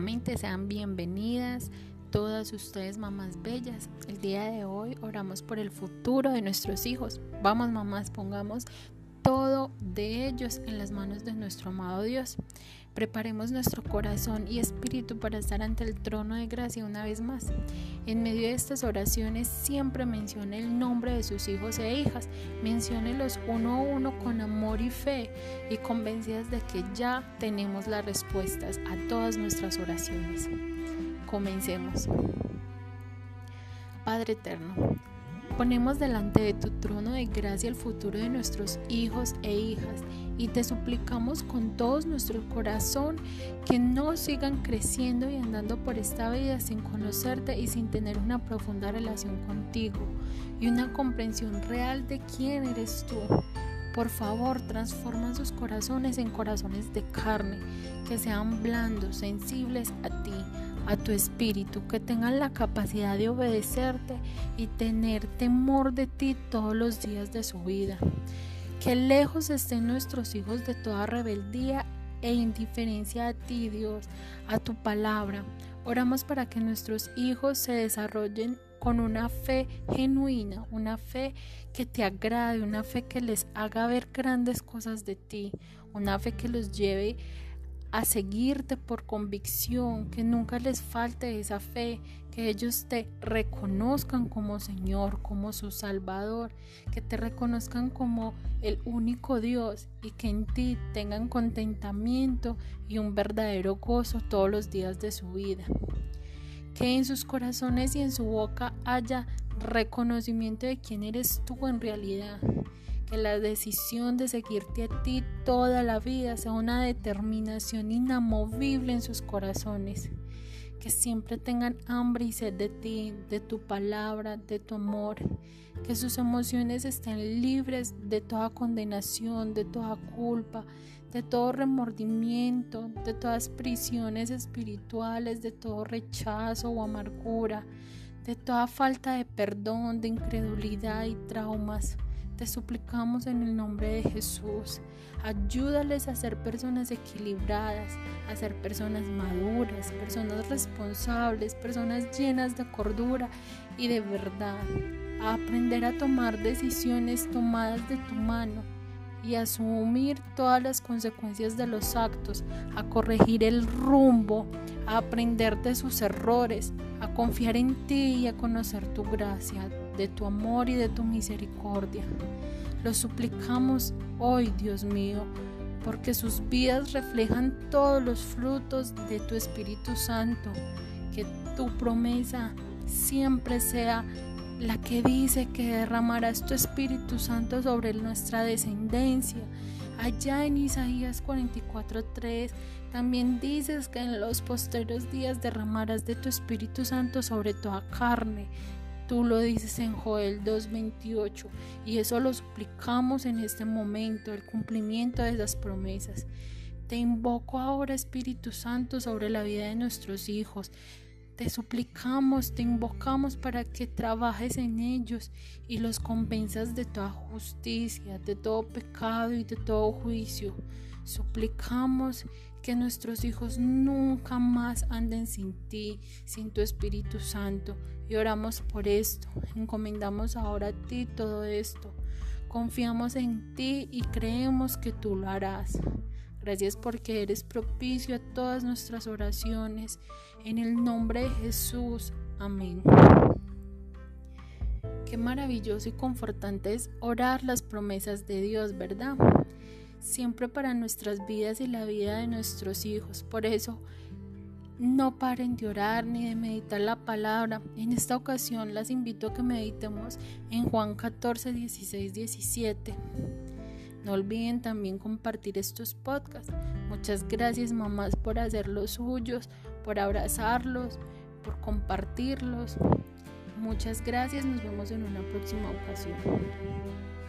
Nuevamente sean bienvenidas todas ustedes, mamás bellas. El día de hoy oramos por el futuro de nuestros hijos. Vamos, mamás, pongamos todo de ellos en las manos de nuestro amado Dios. Preparemos nuestro corazón y espíritu para estar ante el trono de gracia una vez más. En medio de estas oraciones siempre mencione el nombre de sus hijos e hijas, menciónelos uno a uno con amor y fe y convencidas de que ya tenemos las respuestas a todas nuestras oraciones. Comencemos. Padre eterno, ponemos delante de tu trono de gracia el futuro de nuestros hijos e hijas y te suplicamos con todo nuestro corazón que no sigan creciendo y andando por esta vida sin conocerte y sin tener una profunda relación contigo y una comprensión real de quién eres tú. Por favor, transforma sus corazones en corazones de carne, que sean blandos, sensibles a ti, a tu espíritu, que tengan la capacidad de obedecerte y tener temor de ti todos los días de su vida. Que lejos estén nuestros hijos de toda rebeldía e indiferencia a ti, Dios, a tu palabra. Oramos para que nuestros hijos se desarrollen con una fe genuina, una fe que te agrade, una fe que les haga ver grandes cosas de ti, una fe que los lleve a seguirte por convicción, que nunca les falte esa fe, que ellos te reconozcan como Señor, como su Salvador, que te reconozcan como el único Dios y que en ti tengan contentamiento y un verdadero gozo todos los días de su vida. Que en sus corazones y en su boca haya reconocimiento de quién eres tú en realidad. Que la decisión de seguirte a ti toda la vida sea una determinación inamovible en sus corazones. Que siempre tengan hambre y sed de ti, de tu palabra, de tu amor. Que sus emociones estén libres de toda condenación, de toda culpa, de todo remordimiento, de todas prisiones espirituales, de todo rechazo o amargura, de toda falta de perdón, de incredulidad y traumas. Te suplicamos en el nombre de Jesús, ayúdales a ser personas equilibradas, a ser personas maduras, personas responsables, personas llenas de cordura y de verdad, a aprender a tomar decisiones tomadas de tu mano y a asumir todas las consecuencias de los actos, a corregir el rumbo, a aprender de sus errores, a confiar en ti y a conocer tu gracia, de tu amor y de tu misericordia. Lo suplicamos hoy, Dios mío, porque sus vidas reflejan todos los frutos de tu Espíritu Santo, que tu promesa siempre sea la que dice que derramarás tu Espíritu Santo sobre nuestra descendencia. Allá en Isaías 44:3 también dices que en los posteriores días derramarás de tu Espíritu Santo sobre toda carne. Tú lo dices en Joel 2:28 y eso lo suplicamos en este momento, el cumplimiento de esas promesas. Te invoco ahora, Espíritu Santo, sobre la vida de nuestros hijos. Te suplicamos, te invocamos para que trabajes en ellos y los convenzas de toda justicia, de todo pecado y de todo juicio. Suplicamos que nuestros hijos nunca más anden sin ti, sin tu Espíritu Santo. Y oramos por esto, encomendamos ahora a ti todo esto. Confiamos en ti y creemos que tú lo harás. Gracias porque eres propicio a todas nuestras oraciones. En el nombre de Jesús. Amén. Qué maravilloso y confortante es orar las promesas de Dios, ¿verdad? Siempre para nuestras vidas y la vida de nuestros hijos. Por eso, no paren de orar ni de meditar la palabra. En esta ocasión las invito a que meditemos en Juan 14, 16, 17. No olviden también compartir estos podcasts. Muchas gracias, mamás, por hacer los suyos, por abrazarlos, por compartirlos. Muchas gracias. Nos vemos en una próxima ocasión.